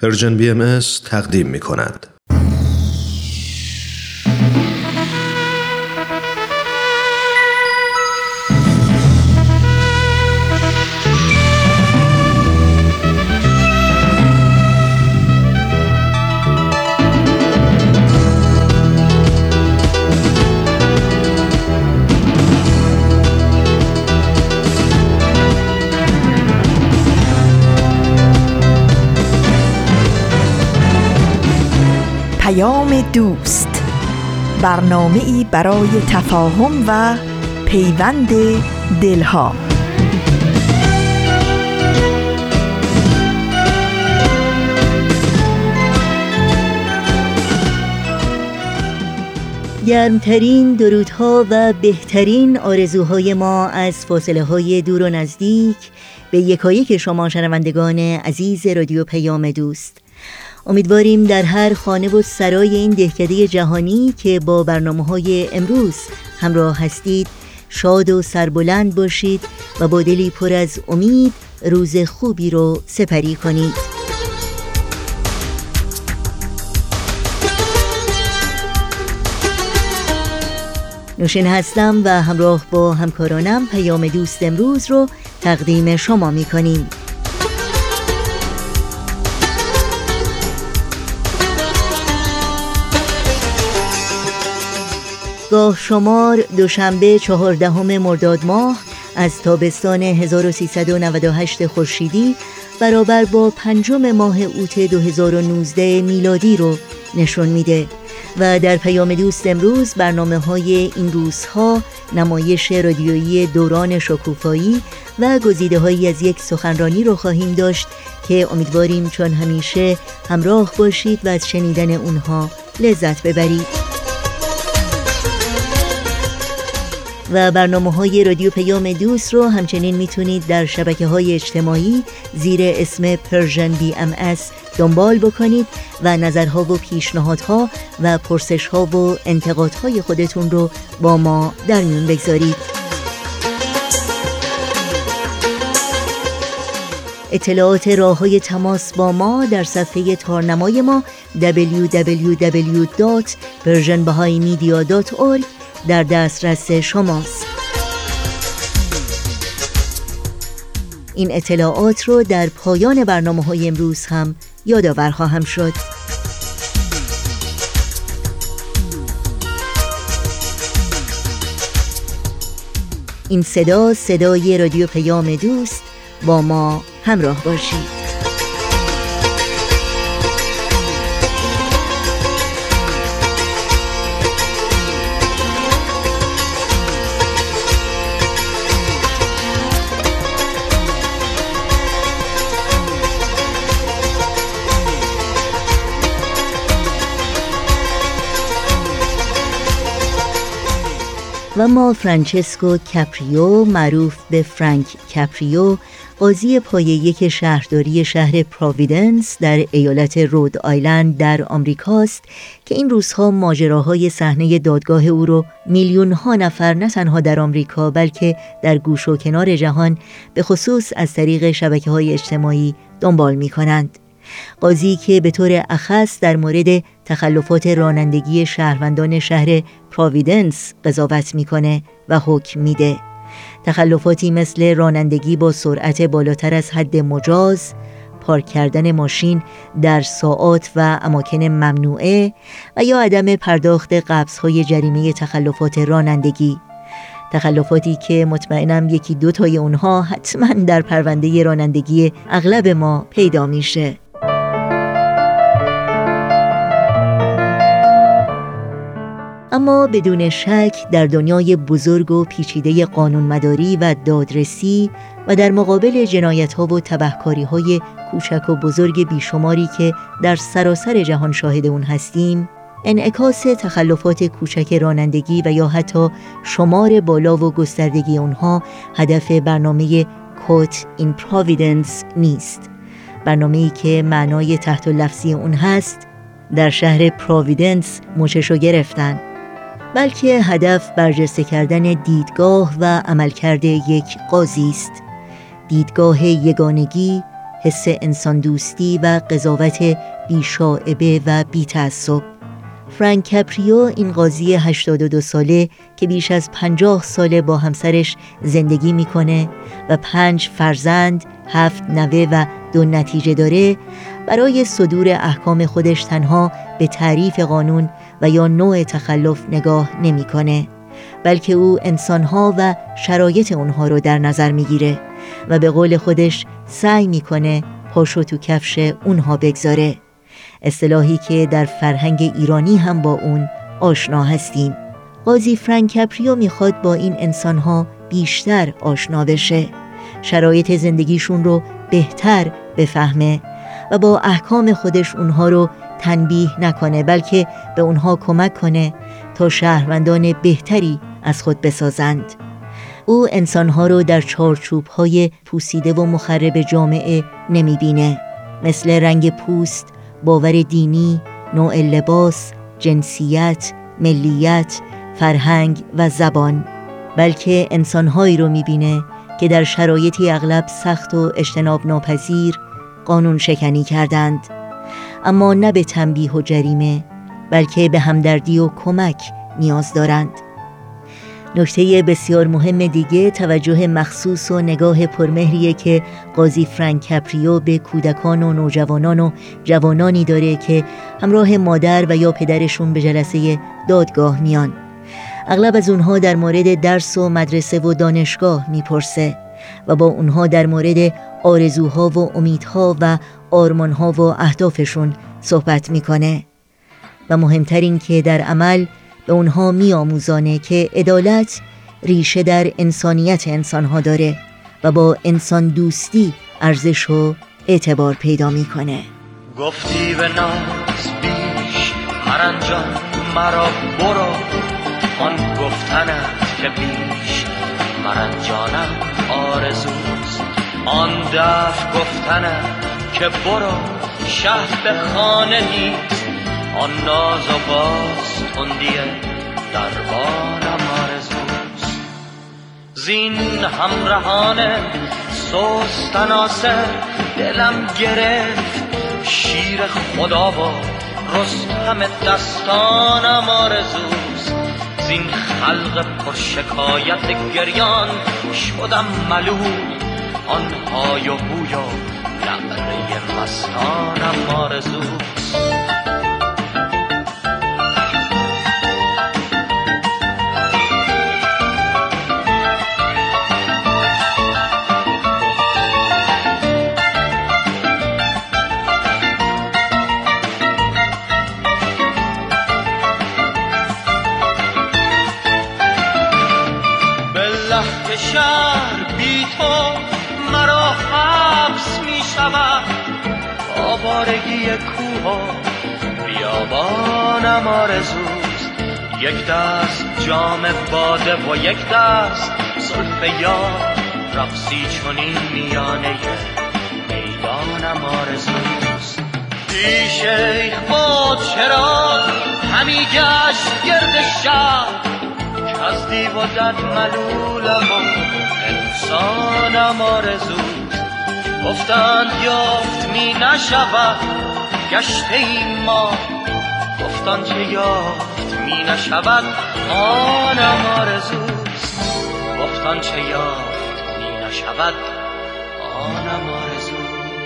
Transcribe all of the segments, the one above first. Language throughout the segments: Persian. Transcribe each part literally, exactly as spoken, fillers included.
پرژن بی ام اس تقدیم می کند. دوست، برنامه‌ای برای تفاهم و پیوند دلها. گرمترین درودها و بهترین آرزوهای ما از فاصله های دور و نزدیک به یکایک شما شنوندگان عزیز رادیو پیام دوست. امیدواریم در هر خانه و سرای این دهکده جهانی که با برنامه‌های امروز همراه هستید شاد و سربلند باشید و با دلی پر از امید روز خوبی رو سپری کنید. نوشین هستم و همراه با همکارانم پیام دوست امروز رو تقدیم شما می‌کنیم. گاه شمار دوشنبه چهاردهم مرداد ماه از تابستان هزار و سیصد و نود و هشت خورشیدی برابر با پنجم ماه اوت دو هزار و نوزده میلادی رو نشون میده و در پیام دوست امروز برنامه های این روزها نمایش رادیویی دوران شکوفایی و گزیده هایی از یک سخنرانی رو خواهیم داشت که امیدواریم چون همیشه همراه باشید و از شنیدن اونها لذت ببرید. و برنامه‌های رادیو پیام دوست رو همچنین میتونید در شبکه‌های اجتماعی زیر اسم پرژن بی ام اس دنبال بکنید و نظرها و پیشنهادها و پرسش‌ها و انتقادهای خودتون رو با ما در میون بگذارید. اطلاعات راه‌های تماس با ما در صفحه تارنمای ما دبلیو دبلیو دبلیو دات پرژن بهایی مدیا دات اورگ در دسترس شماست. این اطلاعات رو در پایان برنامه‌های امروز هم یادآور خواهم شد. این صدا صدای رادیو پیام دوست، با ما همراه باشید. و ما فرانچسکو کاپریو، معروف به فرانک کاپریو، قاضی پایه یک شهرداری شهر پروویدنس در ایالت رود آیلند در آمریکاست که این روزها ماجراهای صحنه دادگاه او رو میلیون ها نفر نه تنها در آمریکا بلکه در گوش و کنار جهان به خصوص از طریق شبکه‌های اجتماعی دنبال می‌کنند. قاضی که به طور اخص در مورد تخلفات رانندگی شهروندان شهر پروویدنس قضاوت میکنه و حکم میده. تخلفاتی مثل رانندگی با سرعت بالاتر از حد مجاز، پارک کردن ماشین در ساعات و اماکن ممنوعه و یا عدم پرداخت قبض‌های جریمه تخلفات رانندگی. تخلفاتی که مطمئنم یکی دو تای اونها حتما در پرونده رانندگی اغلب ما پیدا میشه. اما بدون شک در دنیای بزرگ و پیچیده قانونمداری و دادرسی و در مقابل جنایت‌ها و تبهکاری‌های کوچک و بزرگ بیشماری که در سراسر جهان شاهد اون هستیم، انعکاس تخلفات کوچک رانندگی و یا حتی شمار بالا و گستردگی اونها هدف برنامه کوت این پروویدنس نیست. برنامه‌ای که معنای تحت لفظی اون هست در شهر پروویدنس مچشو گرفتن، بلکه هدف برجسته کردن دیدگاه و عملکرد یک قاضی است. دیدگاه یگانگی، حس انسان دوستی و قضاوت بی‌شائبه و بی‌تعصب. فرانک کپریو این قاضی هشتاد و دو ساله که بیش از پنجاه ساله با همسرش زندگی میکنه و پنج فرزند، هفت نوه و دو نتیجه داره، برای صدور احکام خودش تنها به تعریف قانون و یا نوع تخلف نگاه نمیکنه، بلکه او انسانها و شرایط اونها رو در نظر میگیره و به قول خودش سعی میکنه پاشو تو کفش اونها بگذاره، اصطلاحی که در فرهنگ ایرانی هم با اون آشنا هستیم. قاضی فرانک کپریو میخواد با این انسانها بیشتر آشنا بشه، شرایط زندگیشون رو بهتر بفهمه و با احکام خودش اونها رو تنبیه نکنه، بلکه به اونها کمک کنه تا شهروندان بهتری از خود بسازند. او انسانها رو در چارچوب‌های پوسیده و مخرب جامعه نمیبینه، مثل رنگ پوست، باور دینی، نوع لباس، جنسیت، ملیت، فرهنگ و زبان، بلکه انسانهایی رو میبینه که در شرایطی اغلب سخت و اجتناب ناپذیر قانون شکنی کردند، اما نه به تنبیه و جریمه، بلکه به همدردی و کمک نیاز دارند. نکته بسیار مهم دیگه توجه مخصوص و نگاه پرمهریه که قاضی فرانک کپریو به کودکان و نوجوانان و جوانانی داره که همراه مادر و یا پدرشون به جلسه دادگاه میان. اغلب از اونها در مورد درس و مدرسه و دانشگاه میپرسه و با اونها در مورد آرزوها و امیدها و آرمانها و اهدافشون صحبت میکنه و مهمتر این که در عمل به اونها میآموزانه که عدالت ریشه در انسانیت انسانها داره و با انسان دوستی ارزش و اعتبار پیدا میکنه. گفتی به ناز بیش مرنجان مرا برو، آن گفتنت که بیش مرنجانم آرزوست، آن دفع گفتنت که برو شهر به خانه نیست، آن ناز و باز تندیه دربانم آرزوست. زین همراهانه سست تناسر دلم گرفت، شیر خدا و رستم دستانم آرزوست. زین خلق پر شکایت گریان شدم ملول، آن های و هوی و نعره مستانم آرزوست. که شهر بی تو مرا حبس می شود، آوارگی کوه و بیابانم آرزوست. یک دست جام باده و یک دست زلف یار، رقصی چنین میانه میدانم آرزوست. بی شیخ با چراغ همی گشت گرد شهر، از دیو و دد ملولم و انسانم آرزوست. گفتند یافت می نشود گشته این ما، گفتند چه یافت می نشود آنم آرزوست. گفتند چه یافت می نشود آنم آرزوست.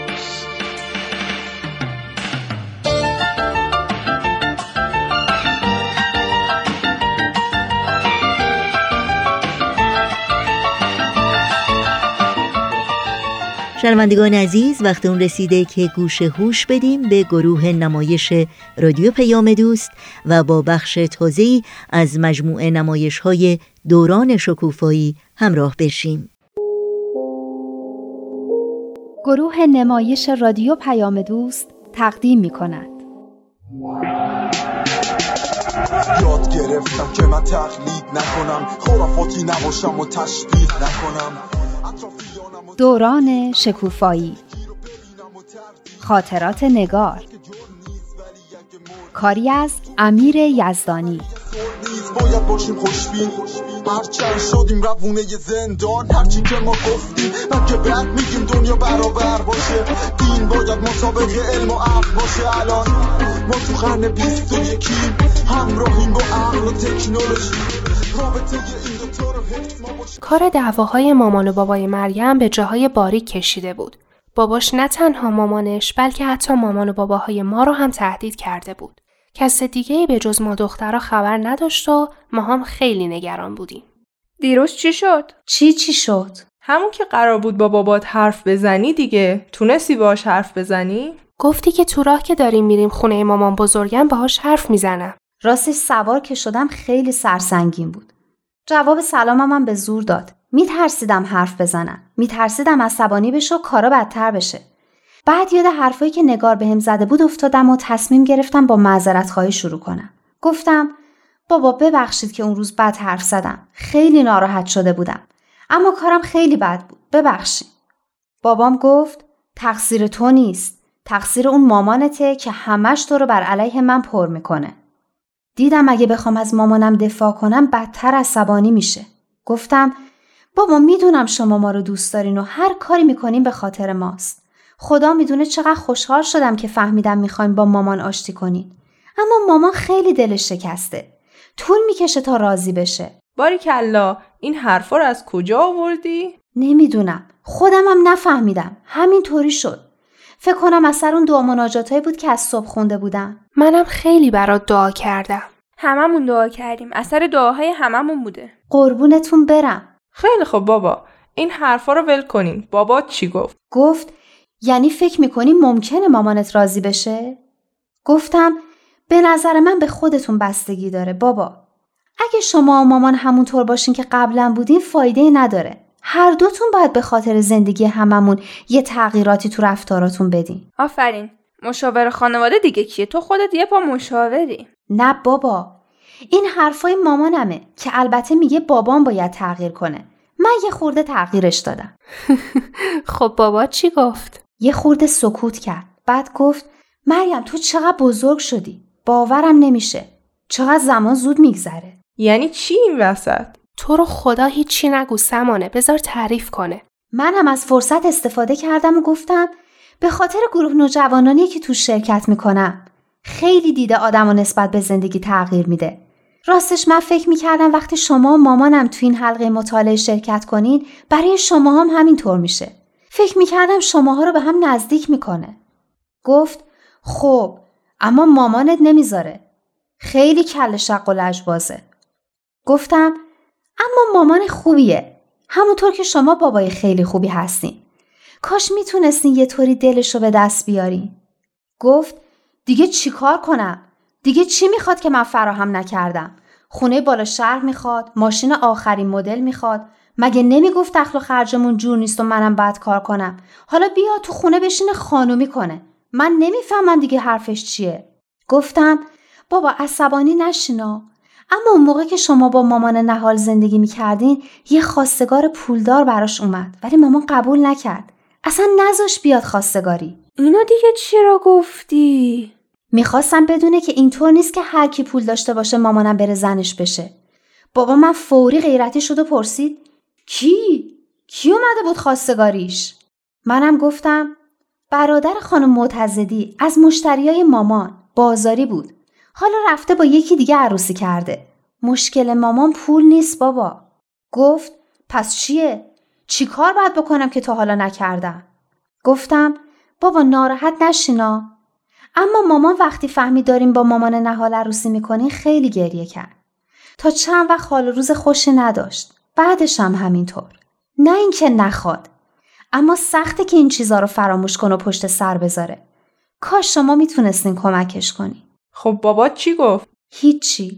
شنوندگان عزیز، وقت اون رسیده که گوش هوش بدیم به گروه نمایش رادیو پیام دوست و با بخش تازه‌ای از مجموعه نمایش‌های دوران شکوفایی همراه بشیم. گروه نمایش رادیو پیام دوست تقدیم می‌کند. یاد گرفتم که من تقلید نکنم، خرافاتی نباشم و تشبیه نکنم. دوران شکوفایی، خاطرات نگار، کاری از امیر یزدانی. باید باشیم خوشبین هرچند شدیم روونه ی زندان، هرچی که ما گفتیم من که بعد میگیم دنیا برابر باشه، دین باید مطابق علم و عقل باشه. الان ما تو قرن بیست و یکیم، همراهیم با عقل و تکنولوژی، رابطه این دوتا رو حفظ ما باشه. کار دعواهای مامان و بابای مریم به جاهای باریک کشیده بود. باباش نه تنها مامانش بلکه حتی مامان و باباهای ما رو هم تهدید کرده بود. کس دیگه‌ای به جز ما دخترها خبر نداشت و ما هم خیلی نگران بودیم. دیروز چی شد؟ چی چی شد؟ همون که قرار بود با بابات حرف بزنی دیگه. تونستی باهاش حرف بزنی؟ گفتی که تو راه که داریم میریم خونه مامان بزرگم باهاش حرف میزنم. راستش سوار که شدم خیلی سرسنگین بود. جواب سلامم هم به زور داد. میترسیدم حرف بزنم. میترسیدم عصبانی بشه و کارا بدتر بشه. بعد یاد حرفایی که نگار بهم زده بود افتادم و تصمیم گرفتم با معذرت خواهی شروع کنم. گفتم بابا ببخشید که اون روز بد حرف زدم. خیلی ناراحت شده بودم. اما کارم خیلی بد بود. ببخشید. بابام گفت تقصیر تو نیست. تقصیر اون مامانته که همش تو رو بر علیه من پر میکنه. دیدم اگه بخوام از مامانم دفاع کنم بدتر عصبانی میشه. گفتم بابا میدونم شما ما رو دوست دارین و هر کاری میکنین به خاطر ماست. خدا میدونه چقدر خوشحال شدم که فهمیدم میخواین با مامان آشتی کنین. اما مامان خیلی دلش شکسته. طول میکشه تا راضی بشه. باریکلا، این حرفا رو از کجا آوردی؟ نمیدونم. خودم هم نفهمیدم. همین طوری شد. فکر کنم اثر اون دعا مناجاتایی بود که از صبح خونده بودم. منم خیلی برات دعا کردم. هممون دعا کردیم. اثر دعاهای هممون بوده. قربونتون برم. خیلی خب بابا. این حرفا رو ول کنین. بابا چی گفت؟ گفت یعنی فکر میکنی ممکنه مامانت راضی بشه؟ گفتم به نظر من به خودتون بستگی داره بابا. اگه شما و مامان همونطور باشین که قبلا بودین فایده نداره. هر دوتون باید به خاطر زندگی هممون یه تغییراتی تو رفتاراتون بدین. آفرین. مشاور خانواده دیگه کیه؟ تو خودت یه پا مشاوری. نه بابا. این حرفای مامانمه که البته میگه بابام باید تغییر کنه. من یه خورده تغییرش دادم. خب بابا چی گفت؟ یه خورده سکوت کرد. بعد گفت مریم تو چقدر بزرگ شدی. باورم نمیشه. چقدر زمان زود میگذره. یعنی چی این وسط؟ تو رو خدا هیچی نگو سمانه. بذار تعریف کنه. منم از فرصت استفاده کردم و گفتم به خاطر گروه نوجوانانی که تو شرکت میکنم. خیلی دیده آدم و نسبت به زندگی تغییر میده. راستش من فکر میکردم وقتی شما و مامانم تو این حلقه مطالعه شرکت کنین برای شما هم همینطور میشه. فکر میکردم شماها رو به هم نزدیک میکنه. گفت خب اما مامانت نمیذاره. خیلی کله شق و لجبازه. گفتم اما مامان خوبیه. همونطور که شما بابای خیلی خوبی هستین. کاش میتونستین یه طوری دلشو به دست بیارین. گفت دیگه چی کار کنم؟ دیگه چی میخواد که من فراهم نکردم؟ خونه بالا شهر میخواد، ماشین آخرین مدل میخواد. مگه نمیگفت دخل و خرجمون جور نیست و منم باید کار کنم؟ حالا بیا تو خونه بشینه خانومی کنه. من نمیفهمم دیگه حرفش چیه. گفتم بابا عصبانی نشینا. اما اون موقع که شما با مامان نهال زندگی میکردین یه خواستگار پولدار براش اومد ولی مامان قبول نکرد. اصلا نذاش بیاد خواستگاری. اینو دیگه چرا گفتی؟ میخواستم بدونه که اینطور نیست که هر کی پول داشته باشه مامانم بره زنش بشه. بابا من فوری غیرتی شد و پرسید کی؟ کی اومده بود خواستگاریش؟ منم گفتم برادر خانم معتزدی از مشتریای مامان. بازاری بود. حالا رفته با یکی دیگه عروسی کرده. مشکل مامان پول نیست بابا. گفت پس چیه؟ چی کار باید بکنم که تا حالا نکردم؟ گفتم بابا ناراحت نشینا. اما مامان وقتی فهمید داریم با مامان نهال عروسی میکنین خیلی گریه کرد. تا چند وقت حال روز خوشی نداشت. بعدش هم همینطور. نه اینکه نخواد. اما سخته که این چیزا رو فراموش کن و پشت سر بذاره. کاش شما میتونستین کمکش کنین. خب بابا چی گفت؟ هیچی.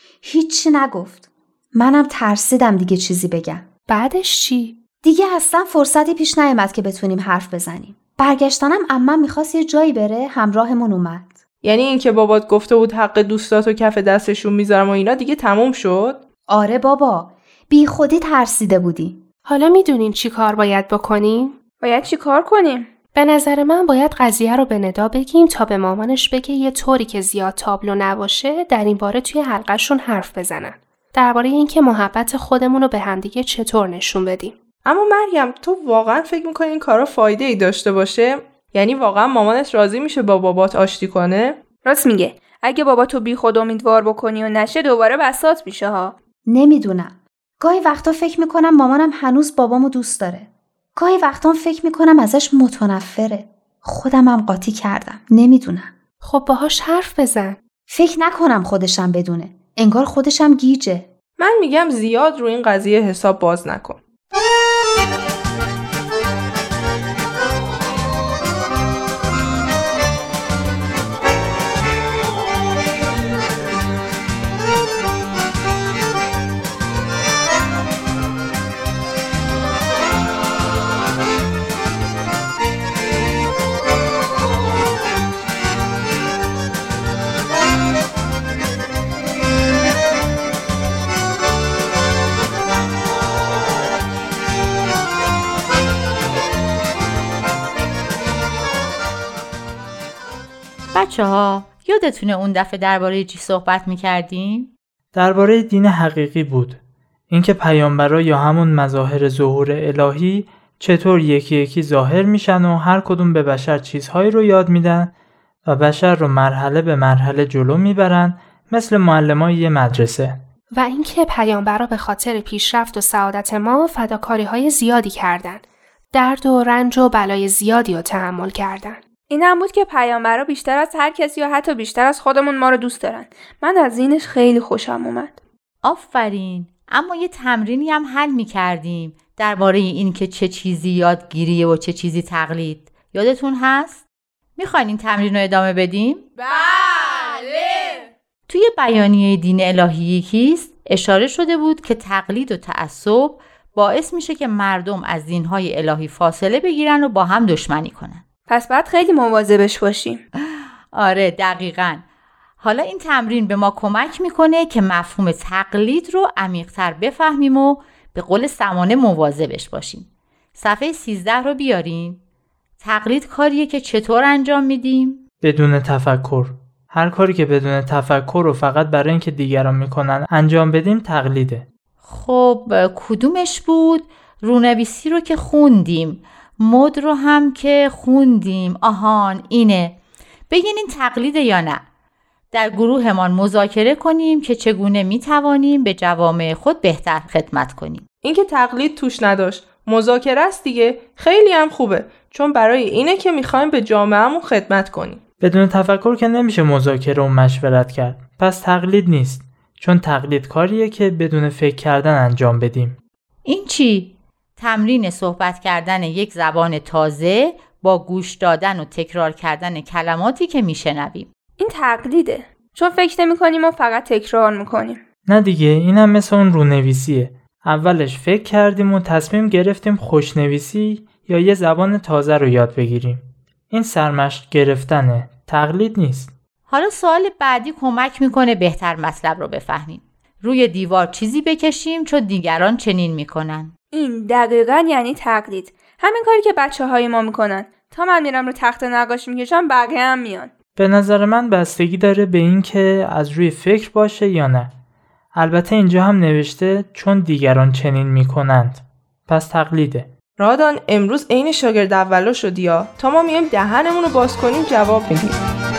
هیچی نگفت. منم ترسیدم دیگه چیزی بگم. بعدش چی؟ دیگه اصلا فرصتی پیش نیامد که بتونیم حرف بزنیم. برگشتنم عمم میخواست یه جایی بره همراهمون اومد. یعنی این که بابات گفته بود حق دوستاتو کف دستشون میذارم و اینا دیگه تموم شد؟ آره بابا. بی خودی ترسیده بودی. حالا میدونین چی کار باید بکنیم؟ باید چی کار کنیم؟ به نظر من باید قضیه رو به ندا بگیم تا به مامانش بگه یه طوری که زیاد تابلو نباشه در این باره توی حلقه‌شون حرف بزنن. درباره اینکه محبت خودمون رو به همدیگه چطور نشون بدیم. اما مریم، تو واقعا فکر می‌کنی این کارا فایده ای داشته باشه؟ یعنی واقعا مامانت راضی میشه با بابات آشتی کنه؟ راست میگه. اگه باباتو بی خود امیدوار بکنی و نشه دوباره بساط میشه ها. نمیدونم. گاهی وقتا فکر میکنم مامانم هنوز بابامو دوست داره. گاهی وقتا فکر میکنم ازش متنفره. خودمم قاطی کردم. نمیدونم. خب باهاش حرف بزن. فکر نکنم خودشم بدونه. انگار خودشم گیجه. من میگم زیاد رو این قضیه حساب باز نکن. بچه ها یادتونه اون دفعه درباره چی صحبت میکردیم؟ درباره دین حقیقی بود. اینکه پیامبرا یا همون مظاهر ظهور الهی چطور یکی یکی ظاهر میشن و هر کدوم به بشر چیزهایی رو یاد میدن و بشر رو مرحله به مرحله جلو میبرن، مثل معلمای یه مدرسه. و اینکه پیامبرا به خاطر پیشرفت و سعادت ما فداکاری‌های زیادی کردن. درد و رنج و بلای زیادی رو تحمل کردن. این هم بود که پیامبرا بیشتر از هر کسی یا حتی بیشتر از خودمون ما رو دوست دارن. من از اینش خیلی خوشم اومد. آفرین. اما یه تمرینی هم حل می‌کردیم درباره این که چه چیزی یادگیریه و چه چیزی تقلید. یادتون هست؟ میخواین این تمرین رو ادامه بدیم؟ بله. توی بیانیه دین الهی یکیست اشاره شده بود که تقلید و تعصب باعث میشه که مردم از دین‌های الهی فاصله بگیرن و با هم دشمنی کنن. پس باید خیلی مواظبش باشیم. آره دقیقاً. حالا این تمرین به ما کمک میکنه که مفهوم تقلید رو عمیق‌تر بفهمیم و به قول سمانه مواظبش باشیم. صفحه سیزده رو بیارین. تقلید کاریه که چطور انجام میدیم؟ بدون تفکر. هر کاری که بدون تفکر و فقط برای اینکه دیگران میکنن انجام بدیم تقلیده. خب کدومش بود؟ رونویسی رو که خوندیم، مد رو هم که خوندیم. آهان اینه. بگین این تقلیده یا نه؟ در گروهمان مذاکره کنیم که چگونه میتوانیم به جوامع خود بهتر خدمت کنیم. این که تقلید توش نداشت، مذاکره است دیگه. خیلی هم خوبه، چون برای اینه که میخوایم به جامعهمون خدمت کنیم. بدون تفکر که نمیشه مذاکره و مشورت کرد. پس تقلید نیست، چون تقلید کاریه که بدون فکر کردن انجام بدیم. این چی؟ تمرین صحبت کردن یک زبان تازه با گوش دادن و تکرار کردن کلماتی که میشنویم. این تقلیده، چون فکر نمی‌کنیم و فقط تکرار می‌کنیم. نه دیگه، اینم مثل اون رونویسیه. اولش فکر کردیم و تصمیم گرفتیم خوشنویسی یا یه زبان تازه رو یاد بگیریم. این سرمشق گرفتنه، تقلید نیست. حالا سوال بعدی کمک میکنه بهتر مطلب رو بفهمیم. روی دیوار چیزی بکشیم چون دیگران چنین میکنن. این دقیقاً یعنی تقلید. همین کاری که بچه‌های ما میکنن. تا من میرم رو تخت نقاشی میکشم بقیه هم میان. به نظر من بستگی داره به این که از روی فکر باشه یا نه. البته اینجا هم نوشته چون دیگران چنین میکنند. پس تقلیده. رادان امروز عین شاگرد اولا شدی یا تا ما میایم دهنمون رو باز کنیم جواب میدیم.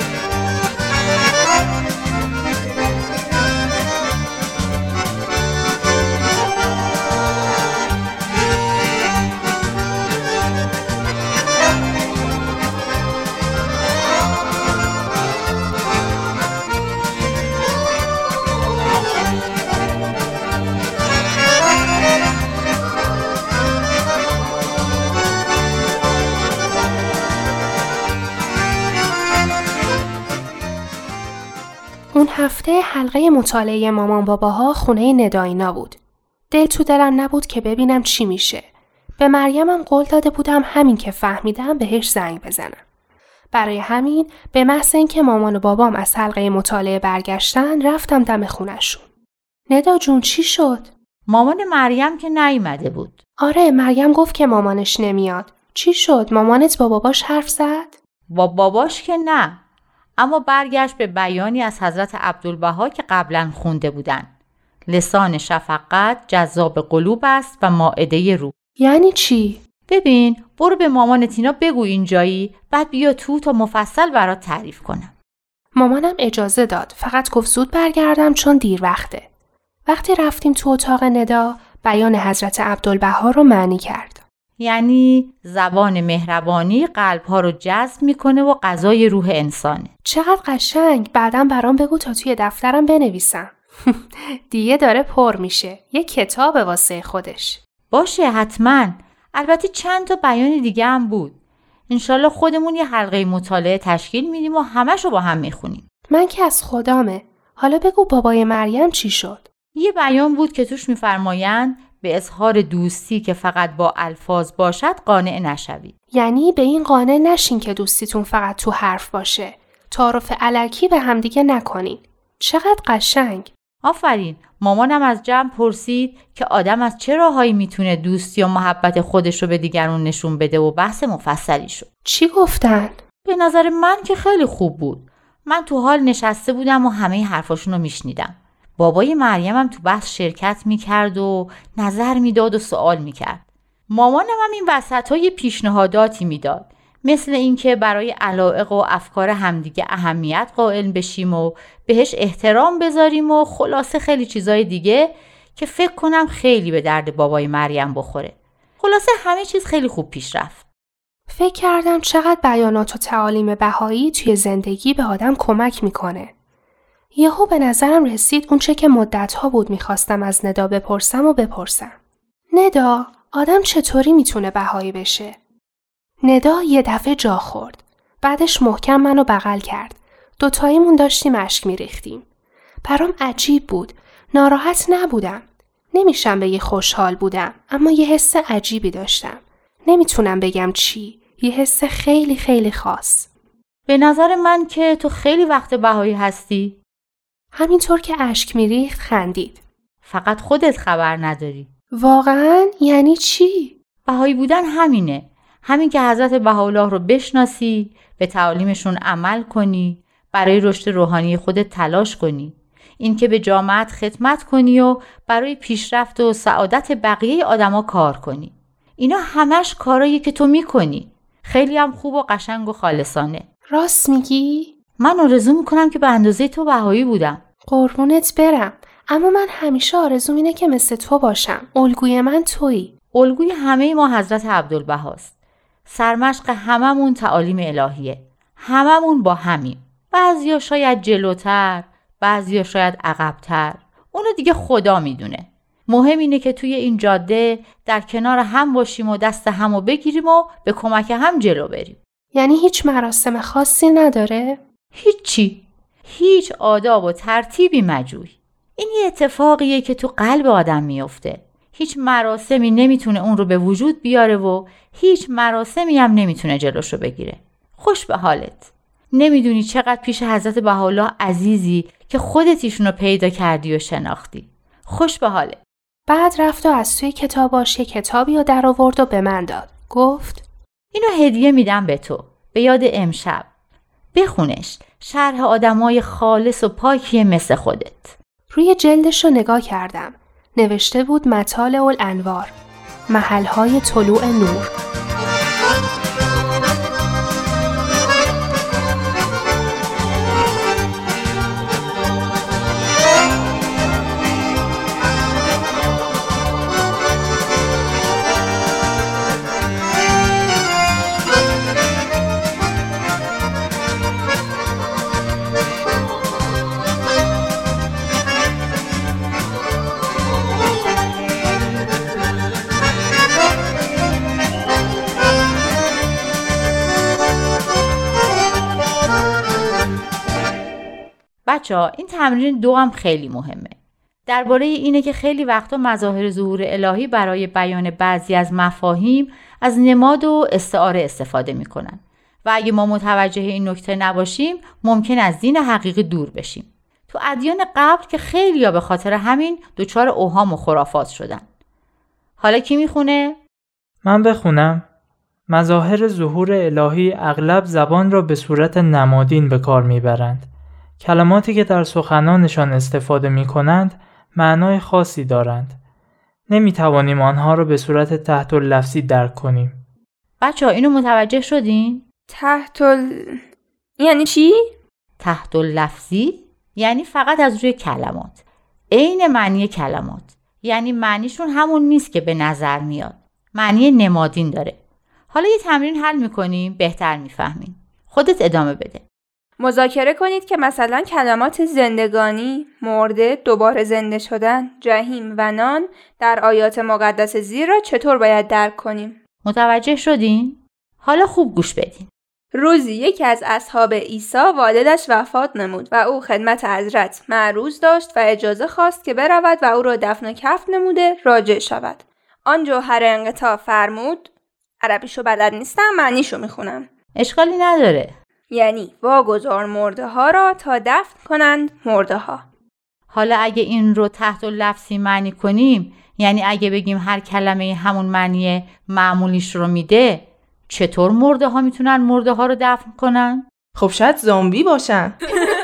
اون هفته حلقه مطالعه مامان باباها خونه نداینا بود. دل تو دلم نبود که ببینم چی میشه. به مریمم قول داده بودم همین که فهمیدم بهش زنگ بزنم. برای همین به محض اینکه مامان و بابام از حلقه مطالعه برگشتن رفتم دم خونه‌شون. ندا جون چی شد؟ مامان مریم که نیومده بود. آره مریم گفت که مامانش نمیاد. چی شد؟ مامانت با باباش حرف زد؟ با باباش که نه. اما برگشت به بیانی از حضرت عبدالبها که قبلا خونده بودن. لسان شفقت جذاب قلوب است و مائده روح. یعنی چی؟ ببین، برو به مامان تینا بگو اینجایی، بعد بیا تو تا مفصل برات تعریف کنم. مامانم اجازه داد، فقط گفت زود برگردم چون دیر وقته. وقتی رفتیم تو اتاق ندا، بیان حضرت عبدالبها رو معنی کرد. یعنی زبان مهربانی قلب‌ها رو جذب میکنه و غذای روح انسانه. چقدر قشنگ، بعدم برام بگو تا توی دفترم بنویسم. دیگه داره پر میشه، یه کتاب واسه خودش. باشه حتما. البته چند تا بیان دیگه هم بود. انشالله خودمون یه حلقه مطالعه تشکیل میدیم و همش رو با هم میخونیم. من که از خدامه. حالا بگو بابای مریم چی شد؟ یه بیان بود که توش میفرمایند به اظهار دوستی که فقط با الفاظ باشد قانع نشوید. یعنی به این قانع نشین که دوستیتون فقط تو حرف باشه. تعارف الکی به همدیگه نکنین. چقدر قشنگ. آفرین. مامانم از جمع پرسید که آدم از چه راهایی میتونه دوستی و محبت خودش رو به دیگران نشون بده و بحث مفصلی شد. چی گفتن؟ به نظر من که خیلی خوب بود. من تو حال نشسته بودم و همه حرفاشون رو میشنیدم. بابای مریمم تو بحث شرکت میکرد و نظر میداد و سوال میکرد. مامانم هم این وسط های پیشنهاداتی میداد، مثل اینکه برای علایق و افکار همدیگه اهمیت قائل بشیم و بهش احترام بذاریم و خلاصه خیلی چیزای دیگه که فکر کنم خیلی به درد بابای مریم بخوره. خلاصه همه چیز خیلی خوب پیش رفت. فکر کردم چقدر بیانات و تعالیم بهایی توی زندگی به آدم کمک میکنه. یهو به نظرم رسید اون چه که مدت‌ها بود میخواستم از ندا بپرسم و بپرسم. ندا، آدم چطوری میتونه بهایی بشه؟ ندا یه دفعه جا خورد. بعدش محکم منو بغل کرد. دوتاییمون داشتیم اشک میریختیم. برام عجیب بود. ناراحت نبودم. نمیشم بگی خوشحال بودم، اما یه حس عجیبی داشتم. نمیتونم بگم چی. یه حس خیلی خیلی خاص. به نظر من که تو خیلی وقت بهایی هستی. همینطور که اشک میریخت خندید. فقط خودت خبر نداری. واقعاً؟ یعنی چی؟ بهایی بودن همینه. همین که حضرت بهاءالله رو بشناسی، به تعالیمشون عمل کنی، برای رشد روحانی خودت تلاش کنی. این که به جامعت خدمت کنی و برای پیشرفت و سعادت بقیه آدما کار کنی. اینا همش کارایی که تو میکنی. خیلی هم خوب و قشنگ و خالصانه. راست میگی؟ من آرزو میکنم که به اندازه تو بهایی بودم. قربونت برم. اما من همیشه آرزوم اینه که مثل تو باشم. الگوی من تویی. الگوی همه ما حضرت عبدالبهاست. سرمشق هممون تعالیم الهیه. هممون با همیم. بعضیا شاید جلوتر، بعضیا شاید عقبتر. اونو دیگه خدا میدونه. مهم اینه که توی این جاده در کنار هم باشیم و دست همو بگیریم و به کمک هم جلو بریم. یعنی هیچ مراسم خاصی نداره؟ هیچی. هیچ آداب و ترتیبی مجوی. این یه اتفاقیه که تو قلب آدم میفته. هیچ مراسمی نمیتونه اون رو به وجود بیاره و هیچ مراسمی هم نمیتونه جلوشو بگیره. خوش به حالت. نمیدونی چقدر پیش حضرت بهاءالله عزیزی که خودت ایشونو پیدا کردی و شناختی. خوش به حالت. بعد رفت و از توی کتاباش یه کتابی رو در آورد و به من داد. گفت اینو هدیه میدم به تو، به یاد امشب. بخونش. شرح آدمای خالص و پاکی مثل خودت. روی جلدش رو نگاه کردم. نوشته بود مطالع الانوار، محلهای طلوع نور. بچه‌ها این تمرین دو هم خیلی مهمه. درباره اینه که خیلی وقتا مظاهر ظهور الهی برای بیان بعضی از مفاهیم از نماد و استعاره استفاده میکنن و اگه ما متوجه این نکته نباشیم ممکن از دین حقیقی دور بشیم. تو ادیان قبل که خیلیا به خاطر همین دچار اوهام و خرافات شدن. حالا کی میخونه؟ من بخونم. مظاهر ظهور الهی اغلب زبان را به صورت نمادین به کار میبرند. کلماتی که در سخنانشان استفاده می کنند معنای خاصی دارند. نمی توانیم آنها را به صورت تحت اللفظی درک کنیم. بچه ها اینو متوجه شدین؟ تحت ال... یعنی چی؟ تحت اللفظی یعنی فقط از روی کلمات، عین معنی کلمات، یعنی معنیشون همون نیست که به نظر میاد، معنی نمادین داره. حالا یه تمرین حل میکنیم بهتر میفهمیم. خودت ادامه بده. مذاکره کنید که مثلا کلمات زندگانی، مرده، دوباره زنده شدن، جهیم و نان در آیات مقدس زیر را چطور باید درک کنیم. متوجه شدین؟ حالا خوب گوش بدین. روزی یکی از اصحاب عیسی والدش وفات نمود و او خدمت حضرت معروض داشت و اجازه خواست که برود و او را دفن و کفن نموده راجع شود. آن جوهر انقطاع فرمود، عربیشو بلد نیستم، معنیشو میخونم. اشکالی نداره. یعنی واگذار مرده ها را تا دفن کنند مرده ها. حالا اگه این رو تحت اللفظی معنی کنیم، یعنی اگه بگیم هر کلمه همون معنی معمولیش رو میده، چطور مرده ها میتونن مرده ها رو دفن کنن؟ خب شاید زامبی باشن.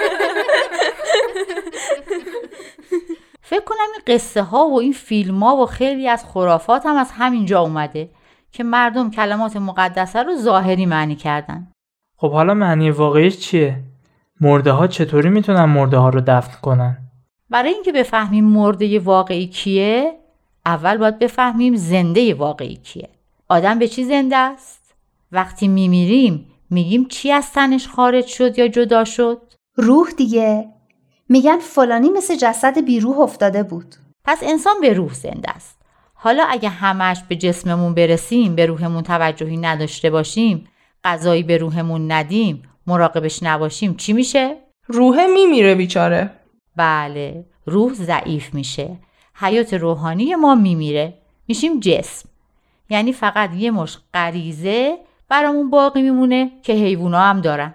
فکر کنم این قصه ها و این فیلم ها و خیلی از خرافات هم از همینجا اومده که مردم کلمات مقدسه رو ظاهری معنی کردن. خب حالا معنی واقعیش چیه؟ مرده ها چطوری میتونن مرده ها رو دفن کنن؟ برای اینکه بفهمیم مرده واقعی کیه، اول باید بفهمیم زنده واقعی کیه. آدم به چی زنده است؟ وقتی میمیریم میگیم چی از تنش خارج شد یا جدا شد؟ روح دیگه. میگن فلانی مثل جسد بی روح افتاده بود. پس انسان به روح زنده است. حالا اگه همش به جسممون برسیم، به روحمون توجهی نداشته باشیم، غذایی به روحمون ندیم، مراقبش نباشیم، چی میشه؟ روح میمیره بیچاره. بله، روح ضعیف میشه. حیات روحانی ما میمیره. میشیم جسم. یعنی فقط یه مش غریزه برامون باقی میمونه که حیوونا هم دارن.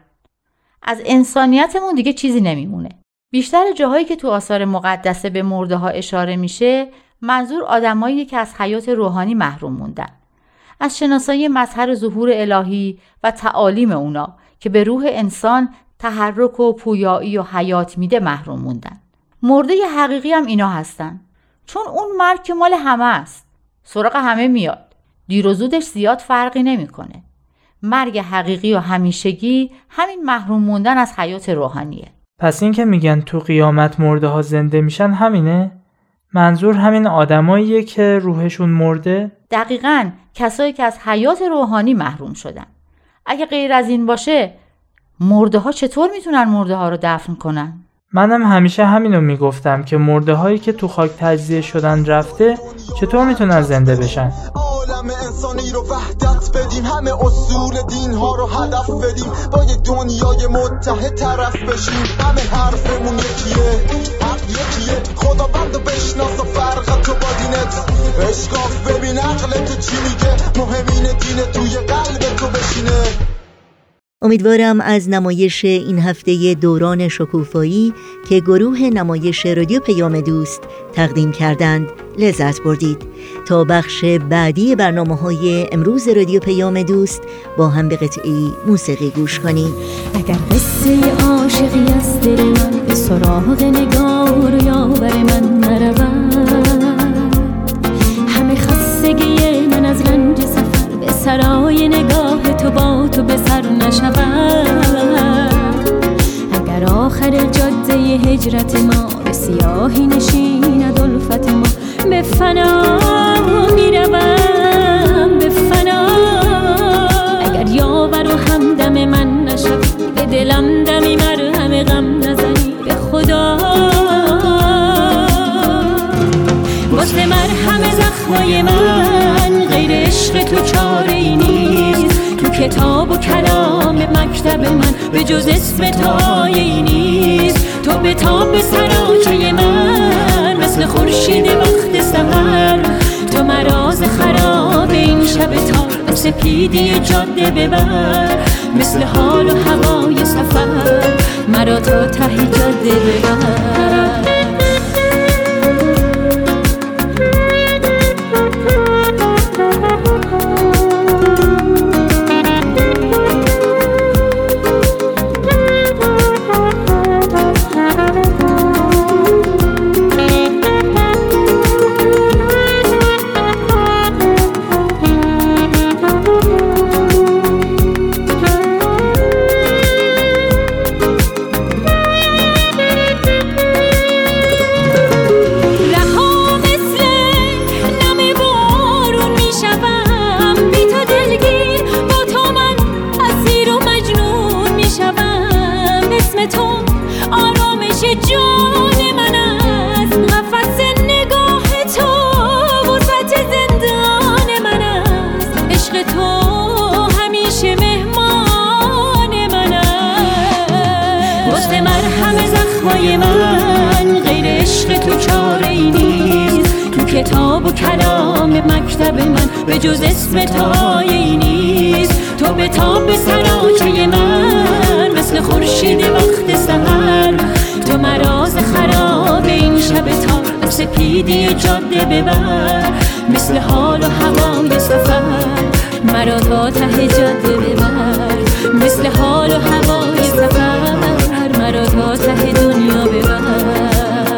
از انسانیتمون دیگه چیزی نمیمونه. بیشتر جاهایی که تو آثار مقدسه به مرده ها اشاره میشه، منظور آدمایی که از حیات روحانی محروم موندن. از شناسایی مظهر ظهور الهی و تعالیم اونا که به روح انسان تحرک و پویایی و حیات میده محروم موندن. مرده حقیقی هم اینا هستن. چون اون مرگ که مال همه است. سراغ همه میاد. دیر و زودش زیاد فرقی نمیکنه. مرگ حقیقی و همیشگی همین محروم موندن از حیات روحانیه. پس این که میگن تو قیامت مرده ها زنده میشن همینه؟ منظور همین آدماییه که روحشون مرده؟ دقیقاً، کسایی که از حیات روحانی محروم شدن. اگه غیر از این باشه، مرده ها چطور میتونن مرده ها رو دفن کنن؟ منم همیشه همینو میگفتم که مرده هایی که تو خاک تجزیه شدن رفته چطور میتونن زنده بشن؟ عالم انسانی رو وحدت بدیم، همه اصول دین ها رو هدف بدیم، با یه دنیای متحد طرف بشیم. همه حرفمون یکیه، حق یکیه، خدا بندو بشناس و فرق تو با دینت اشکاف ببین عقل تو چی میگه، مهم اینه دین توی قلب تو بشینه. امیدوارم از نمایش این هفته دوران شکوفایی که گروه نمایش رادیو پیام دوست تقدیم کردند لذت بردید. تا بخش بعدی برنامه‌های امروز رادیو پیام دوست با هم به قطعی موسیقی گوش کنید. اگر قصه عاشقی از دل من به سراغ نگاه رو یاور من نرود، همه خستگی من از رنج سفر به سرای نگاه تو با تو به سر نشود. اگر آخر جاده هجرت ما به سیاهی نشیند الفت ما، به فنا میروم به فنا. اگر یاور و همدم من نشوی، به دلم دمی مرهم غم نزنی به خدا. واسه مرهم زخمای من غیر عشق تو چاره‌ای نیست. تو کتاب و کلام مکتب من به جز اسم تو آیه‌ای نیست. تو به تاب سراچه من مثل خورشید وقت سحر، تو مراز خراب این شب تار سپیدی جاده ببر. مثل حال و هوای سفر مرا تا ته جاده ببر. همیشه جان من است، قفس نگاه تو وسط زندان من است، عشق تو همیشه مهمان من است. واسه مرهم زخمای من غیر عشق تو چاره‌ای نیست، تو کتاب و کلام مکتب من به جز اسم تایه‌ای نیست. تو به تاب سراچه من مثل خورشید وقت سحر، تو مراز خراب این شب تار سپیدی جاده ببر، مثل حال و هوای سفر مرا تا ته جاده ببر، مثل حال و هوای سفر مرا تا ته دنیا ببر.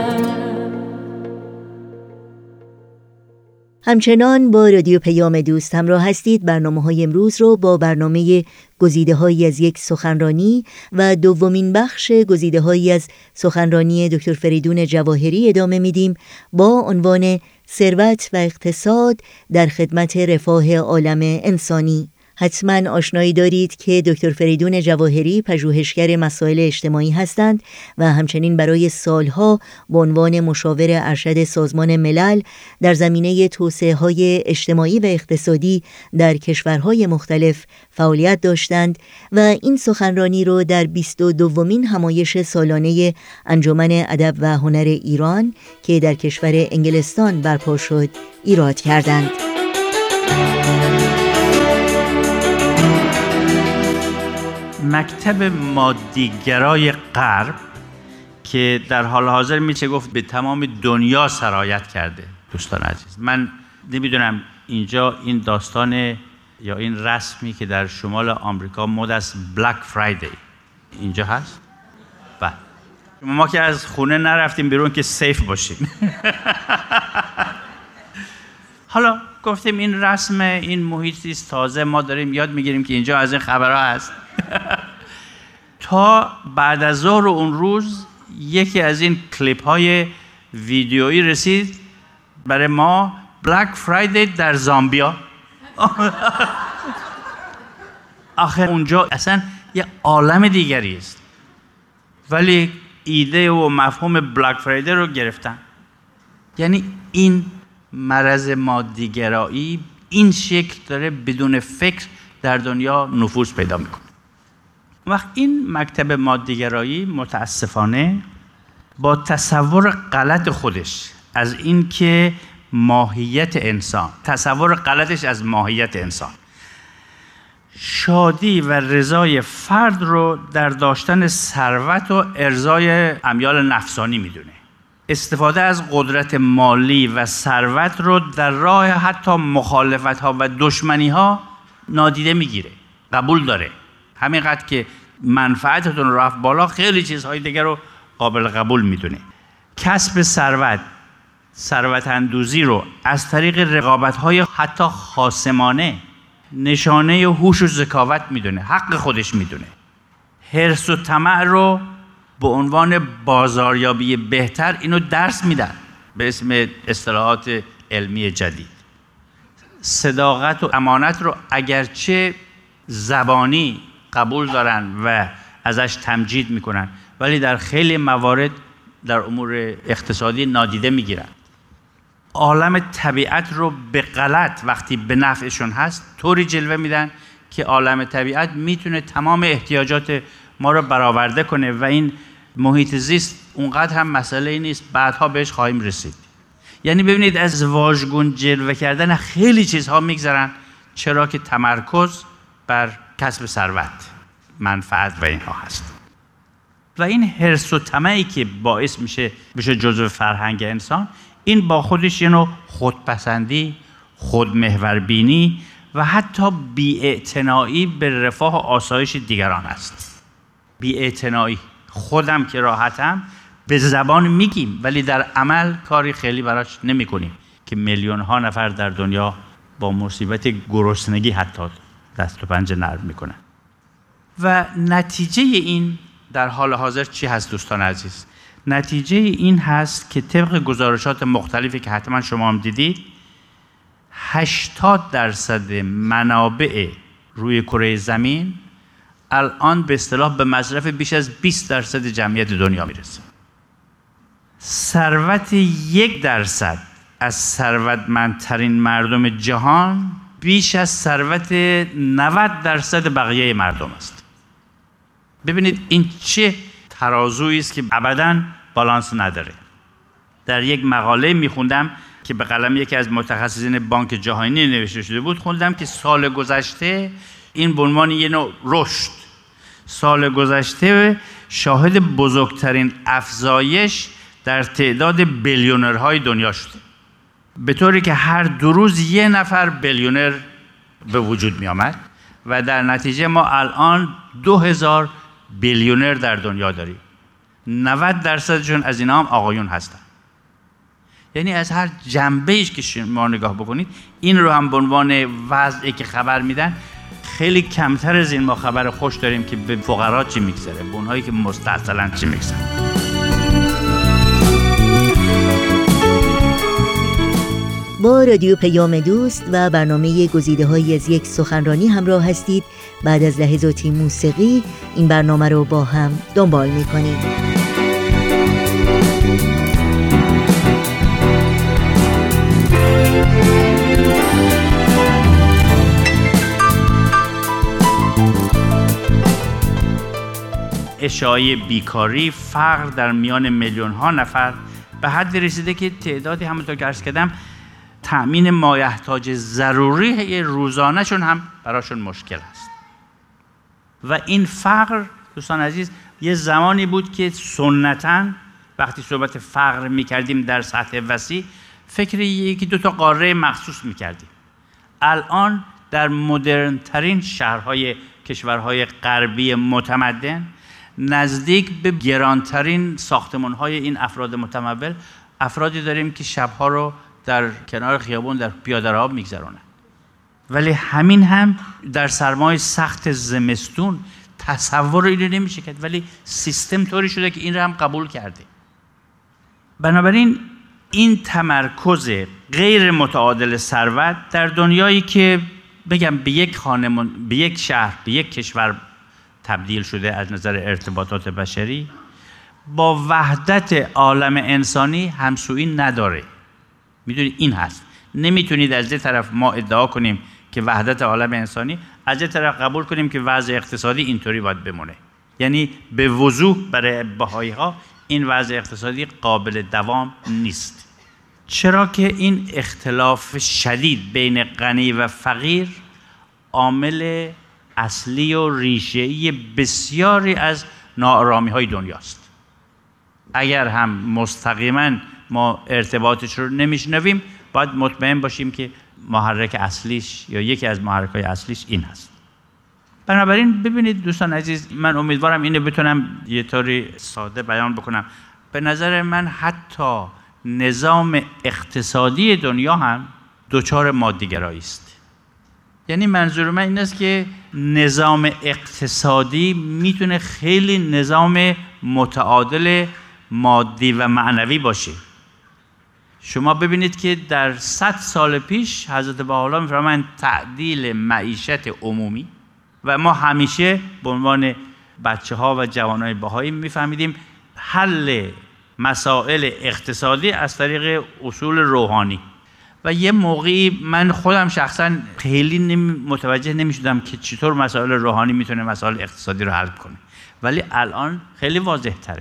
همچنان با رادیو پیام دوست همراه هستید. برنامه‌های امروز رو با برنامه گزیده‌هایی از یک سخنرانی و دومین بخش گزیده‌هایی از سخنرانی دکتر فریدون جواهری ادامه میدیم با عنوان ثروت و اقتصاد در خدمت رفاه عالم انسانی. حتما آشنایی دارید که دکتر فریدون جواهری پژوهشگر مسائل اجتماعی هستند و همچنین برای سالها به عنوان مشاور ارشد سازمان ملل در زمینه توسعه‌های اجتماعی و اقتصادی در کشورهای مختلف فعالیت داشتند و این سخنرانی رو در بیست و دومین همایش سالانه انجمن ادب و هنر ایران که در کشور انگلستان برپا شد ایراد کردند. مکتب مادیگرای غرب که در حال حاضر میشه گفت به تمام دنیا سرایت کرده. دوستان عزیز، من نمیدونم اینجا این داستان یا این رسمی که در شمال آمریکا مد است بلک فرایدی اینجا هست؟ بله. ما که از خونه نرفتیم بیرون که سیف باشیم. حالا گفتیم این رسم، این محیطی تازه ما داریم یاد میگیریم که اینجا از این خبرها هست. تا بعد از ظهر اون روز یکی از این کلیپ های ویدیویی رسید برای ما، بلک فرایدی در زامبیا. آخه اونجا اصلا یه عالم دیگری است، ولی ایده و مفهوم بلک فرایدی رو گرفتن. یعنی این مرض مادیگرایی این شکل داره بدون فکر در دنیا نفوذ پیدا میکنه. وقت این مکتب مادیگرایی متاسفانه با تصور غلط خودش از این که ماهیت انسان، تصور غلطش از ماهیت انسان، شادی و رضای فرد رو در داشتن ثروت و ارضای امیال نفسانی میدونه. استفاده از قدرت مالی و ثروت رو در راه حتی مخالفت‌ها و دشمنی‌ها نادیده میگیره، قبول داره. همینقدر که منفعتتون رفت بالا، خیلی چیزهای دیگر رو قابل قبول میدونه. کسب ثروت، ثروت اندوزی رو از طریق رقابت‌های حتی خاصمانه نشانه هوش و ذکاوت میدونه، حق خودش میدونه. حرص و طمع رو به عنوان بازاریابی بهتر اینو درس میدن به اسم اصطلاحات علمی جدید. صداقت و امانت رو اگرچه زبانی قبول دارن و ازش تمجید میکنن، ولی در خیلی موارد در امور اقتصادی نادیده میگیرن. عالم طبیعت رو به غلط وقتی به نفعشون هست طوری جلوه میدن که عالم طبیعت میتونه تمام احتیاجات ما رو برآورده کنه و این محیط زیست اونقدر هم مسئله نیست، بعدها بهش خواهیم رسید. یعنی ببینید از واژگون جلوه کردن خیلی چیزها میگذرن، چرا که تمرکز بر کسب ثروت، منفعت و اینها هست. و این حرص و طمعی که باعث میشه بشه جزو فرهنگ انسان، این با خودش یه نوع خودپسندی، خودمحوربینی و حتی بی‌اعتنایی به رفاه و آسایش دیگران است. بی‌اعتنایی، خودم که راحتم به زبان میگیم ولی در عمل کاری خیلی براش نمی کنیم که میلیون ها نفر در دنیا با مصیبت گرسنگی حتی دست و پنجه نرم میکنن. و نتیجه این در حال حاضر چی هست دوستان عزیز؟ نتیجه این هست که طبق گزارشات مختلفی که حتما شما هم دیدید، هشتاد درصد منابع روی کره زمین الان به اصطلاح به مصرف بیش از بیست درصد جمعیت دنیا میرسه. ثروت یک درصد از ثروتمندترین مردم جهان بیش از ثروت نود درصد بقیه مردم است. ببینید این چه ترازویی است که ابداً بالانس نداره. در یک مقاله میخوندم که به قلم یکی از متخصصین بانک جهانی نوشته شده بود، خوندم که سال گذشته این به عنوان یه نوع رشد، سال گذشته شاهد بزرگترین افزایش در تعداد بیلیونرهای دنیا شده، به طوری که هر دو روز یه نفر بیلیونر به وجود می آمد و در نتیجه ما الان دو هزار بیلیونر در دنیا داریم. نود درصدشون از اینا هم آقایون هستن. یعنی از هر جنبه‌ایش که شما نگاه بکنید، این رو هم به عنوان وضعی که خبر میدن، خیلی کمتر از این ما خبر خوش داریم که به فقرا چی میگذره، به اونهایی که مستعصلن چی میگذره. با رادیو پیام دوست و برنامه گزیده‌هایی از یک سخنرانی همراه هستید. بعد از لحظاتی موسیقی این برنامه رو با هم دنبال می‌کنیم. اشاعه بیکاری، فقر در میان میلیون ها نفر به حد رسیده که تعدادی همونطور که عرض کردم تأمین مایحتاج ضروری روزانه‌شون هم براشون مشکل است. و این فقر دوستان عزیز یه زمانی بود که سنتاً وقتی صحبت فقر می‌کردیم در سطح وسیع فکر یکی دو تا قاره مخصوص می‌کردیم. الان در مدرن ترین شهرهای کشورهای غربی متمدن نزدیک به گرانترین ساختمان‌های این افراد متمول افرادی داریم که شب‌ها رو در کنار خیابون در پیاده راه می‌گذرونن. ولی همین هم در سرمای سخت زمستون تصور اینو نمیشه کرد، ولی سیستم طوری شده که این رو هم قبول کرده. بنابراین این تمرکز غیر متعادل ثروت در دنیایی که بگم به یک خانمان، به یک شهر، به یک کشور تبدیل شده از نظر ارتباطات بشری، با وحدت عالم انسانی همسویی نداره. میدونید این هست. نمیتونید از یه طرف ما ادعا کنیم که وحدت عالم انسانی، از یه طرف قبول کنیم که وضع اقتصادی اینطوری باید بمونه. یعنی به وضوح برای بهایی ها این وضع اقتصادی قابل دوام نیست. چرا که این اختلاف شدید بین غنی و فقیر عامل اصلی و ریشه‌ای بسیاری از ناآرامی‌های دنیاست. اگر هم مستقیما ما ارتباطش رو نمیشنویم، باید مطمئن باشیم که محرک اصلیش یا یکی از محرک‌های اصلیش این هست. بنابراین ببینید دوستان عزیز، من امیدوارم اینو بتونم یه طوری ساده بیان بکنم. به نظر من حتی نظام اقتصادی دنیا هم دچار مادی‌گرایی است. یعنی منظور من این است که نظام اقتصادی میتونه خیلی نظام متعادل مادی و معنوی باشه. شما ببینید که در صد سال پیش حضرت بهاءالله می‌فرمایند تعدیل معیشت عمومی، و ما همیشه به عنوان بچه‌ها و جوانای بهایی می‌فهمیدیم حل مسائل اقتصادی از طریق اصول روحانی. و یه موقعی من خودم شخصا خیلی نمی متوجه نمی‌شدم که چطور مسائل روحانی میتونه مسائل اقتصادی رو حل کنه، ولی الان خیلی واضح تره.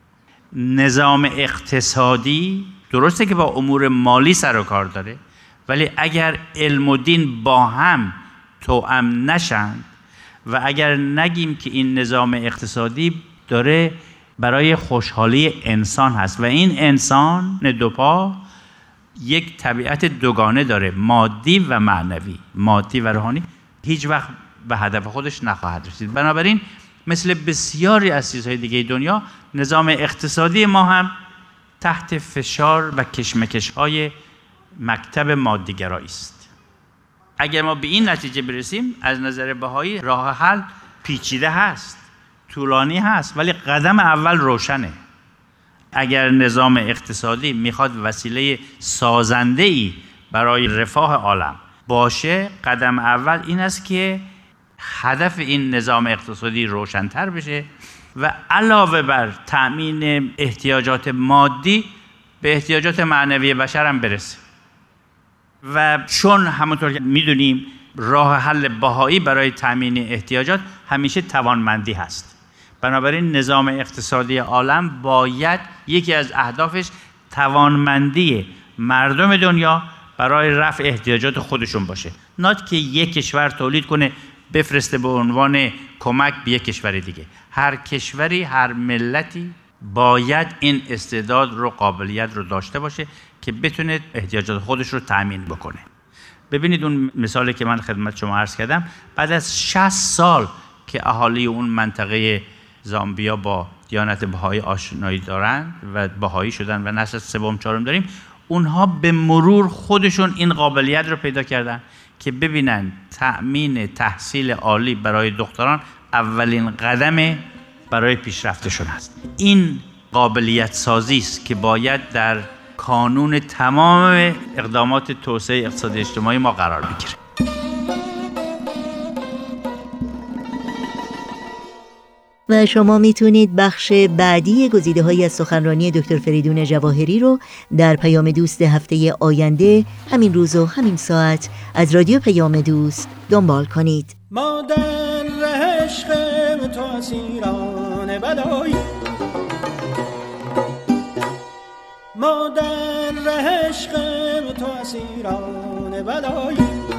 نظام اقتصادی درسته که با امور مالی سر و کار داره، ولی اگر علم و دین با هم توأم نشند و اگر نگیم که این نظام اقتصادی داره برای خوشحالی انسان هست و این انسان دوپا یک طبیعت دوگانه داره، مادی و معنوی، مادی و روحانی، هیچ وقت به هدف خودش نخواهد رسید. بنابراین مثل بسیاری از چیزهای دیگه دنیا، نظام اقتصادی ما هم تحت فشار و کشمکش‌های مکتب مادی‌گرایی است. اگر ما به این نتیجه برسیم، از نظر بهایی راه حل پیچیده هست، طولانی هست، ولی قدم اول روشنه. اگر نظام اقتصادی میخواد وسیله سازنده‌ای برای رفاه عالم باشه، قدم اول این است که هدف این نظام اقتصادی روشن‌تر بشه و علاوه بر تأمین احتیاجات مادی به احتیاجات معنوی بشر هم برسه. و چون همونطور که میدونیم راه حل بهایی برای تأمین احتیاجات همیشه توانمندی هست، بنابراین نظام اقتصادی عالم باید یکی از اهدافش توانمندی مردم دنیا برای رفع احتیاجات خودشون باشه، نه که یک کشور تولید کنه بفرسته به عنوان کمک به یک کشور دیگه. هر کشوری، هر ملتی باید این استعداد رو، قابلیت رو داشته باشه که بتونه احتیاجات خودش رو تأمین بکنه. ببینید اون مثالی که من خدمت شما عرض کردم، بعد از شصت سال که اهالی اون منطقه زامبیا با دیانت بهایی آشنایی دارن و بهایی شدن و نسل سوم چهارم داریم، اونها به مرور خودشون این قابلیت رو پیدا کردن که ببینن تأمین تحصیل عالی برای دختران اولین قدم برای پیشرفتشون هست. این قابلیت سازی است که باید در کانون تمام اقدامات توسعه اقتصادی اجتماعی ما قرار بگیره. و شما میتونید بخش بعدی گزیده های از سخنرانی دکتر فریدون جواهری رو در پیام دوست هفته آینده همین روز و همین ساعت از رادیو پیام دوست دنبال کنید. ما در عشق تو اسیران بلایی، ما در عشق تو اسیران بلایی،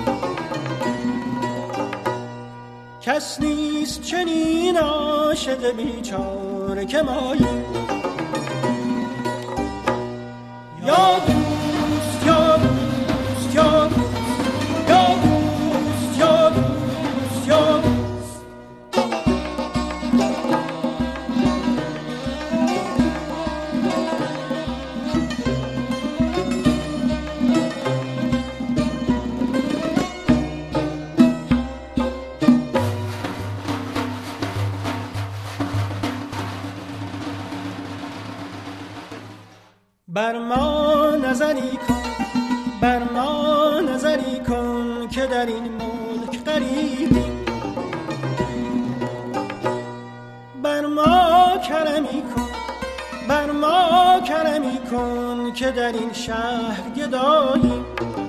کس نیست چنین عاشق بیچاره که مایی. یا دوست یا دوست یا دوست یا دوست یا دوست یا دوست. بر ما نظری کن، بر ما نظری کن که در این ملک غریبی، بر ما کرمی کن، بر ما کرمی کن که در این شهر گداییم.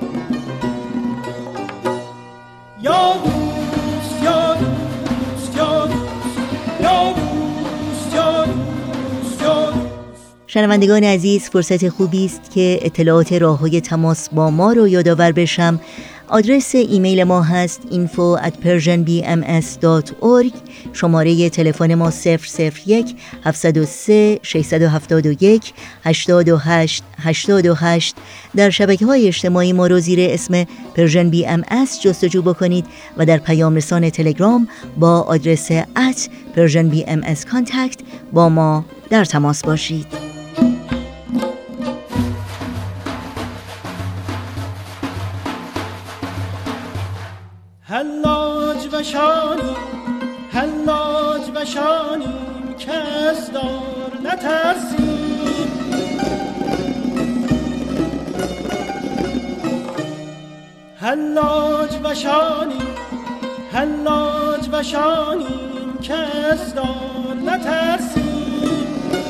یا دوست یا دوست یا دوست یا دوست یا دوست یا دوست. شنوندگان عزیز، فرصت خوبی است که اطلاعات راه‌های تماس با ما رو یادآور بشم. آدرس ایمیل ما هست info at persian b m s dot org. شماره تلفن ما صفر صفر یک هفت صفر سه شش هفت یک هشت هشت هشت هشت. در شبکه‌های اجتماعی ما رو زیر اسم پرژن بی ام اس جستجو بکنید و در پیام رسان تلگرام با آدرس ات پرژن بی ام اس کانتکت با ما در تماس باشید. حلاج بشانیم حلاج بشانیم که از دار نترسیم، حلاج بشانیم حلاج بشانیم که از دار نترسیم.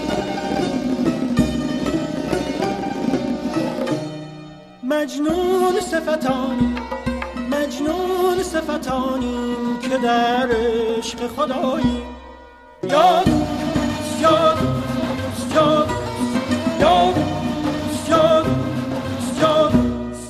مجنون صفتانیم مجنون صفتانیم که در عشق خداییم. یا دوست یا دوست یا دوست یا دوست یا دوست یا دوست.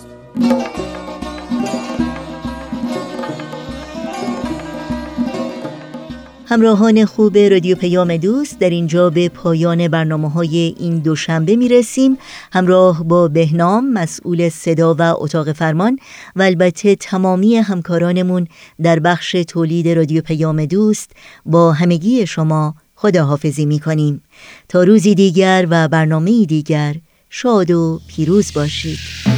همراهان خوب رادیو پیام دوست، در اینجا به پایان برنامه‌های این دوشنبه میرسیم. همراه با بهنام مسئول صدا و اتاق فرمان و البته تمامی همکارانمون در بخش تولید رادیو پیام دوست با همگی شما خداحافظی می‌کنیم. تا روزی دیگر و برنامه‌ای دیگر شاد و پیروز باشید.